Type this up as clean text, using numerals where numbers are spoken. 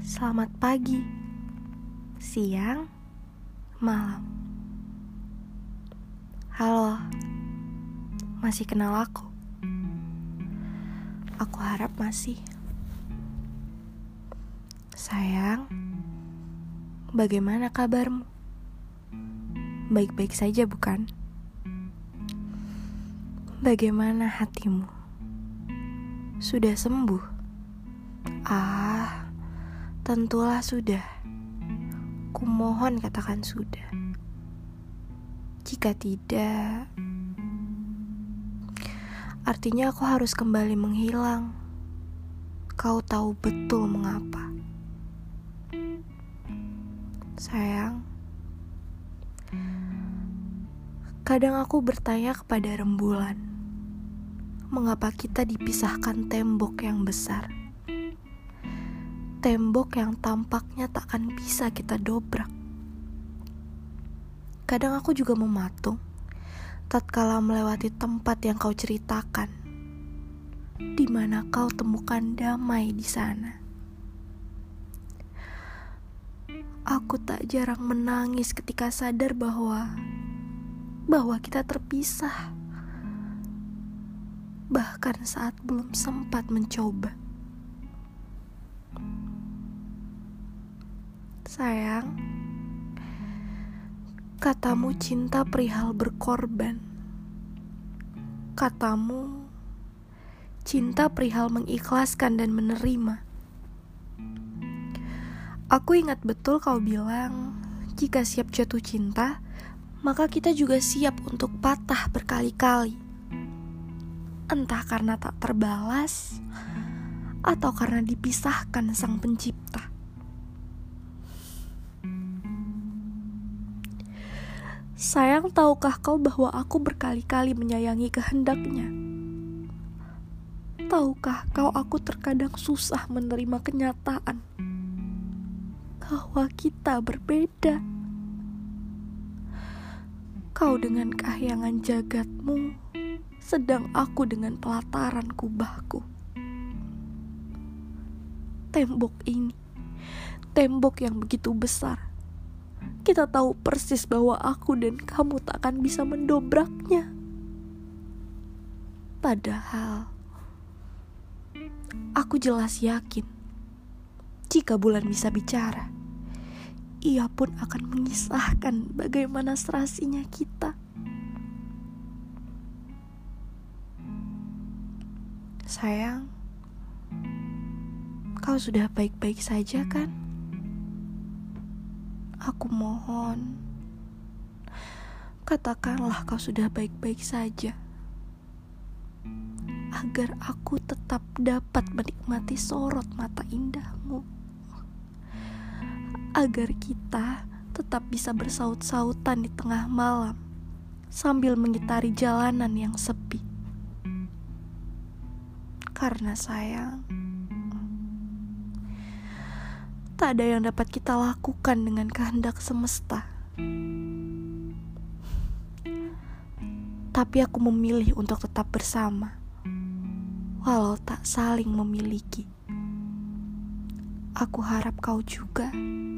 Selamat pagi, siang, malam. Halo, masih kenal aku? Aku harap masih. Sayang, bagaimana kabarmu? Baik-baik saja bukan? Bagaimana hatimu? Sudah sembuh? Tentulah sudah. Kumohon katakan sudah. Jika tidak, artinya aku harus kembali menghilang. Kau tahu betul mengapa. Sayang, kadang aku bertanya kepada rembulan, mengapa kita dipisahkan tembok yang besar? Tembok yang tampaknya takkan bisa kita dobrak. Kadang aku juga mematung, tatkala melewati tempat yang kau ceritakan, di mana kau temukan damai di sana. Aku tak jarang menangis ketika sadar bahwa kita terpisah, bahkan saat belum sempat mencoba. Sayang, katamu cinta perihal berkorban. Katamu cinta perihal mengikhlaskan dan menerima. Aku ingat betul kau bilang, jika siap jatuh cinta, maka kita juga siap untuk patah berkali-kali. Entah karena tak terbalas, atau karena dipisahkan sang pencipta. Sayang, tahukah kau bahwa aku berkali-kali menyayangi kehendaknya? Tahukah kau aku terkadang susah menerima kenyataan bahwa kita berbeda? Kau dengan kahyangan jagatmu, sedang aku dengan pelataran kubahku. Tembok ini, tembok yang begitu besar, kita tahu persis bahwa aku dan kamu tak akan bisa mendobraknya. Padahal, aku jelas yakin, jika bulan bisa bicara, ia pun akan mengisahkan bagaimana serasinya kita. Sayang, kau sudah baik-baik saja kan? Aku mohon, katakanlah kau sudah baik-baik saja, agar aku tetap dapat menikmati sorot mata indahmu, agar kita tetap bisa bersaut-sautan di tengah malam sambil mengitari jalanan yang sepi. Karena sayang, tak ada yang dapat kita lakukan dengan kehendak semesta. Tapi aku memilih untuk tetap bersama, walau tak saling memiliki. Aku harap kau juga.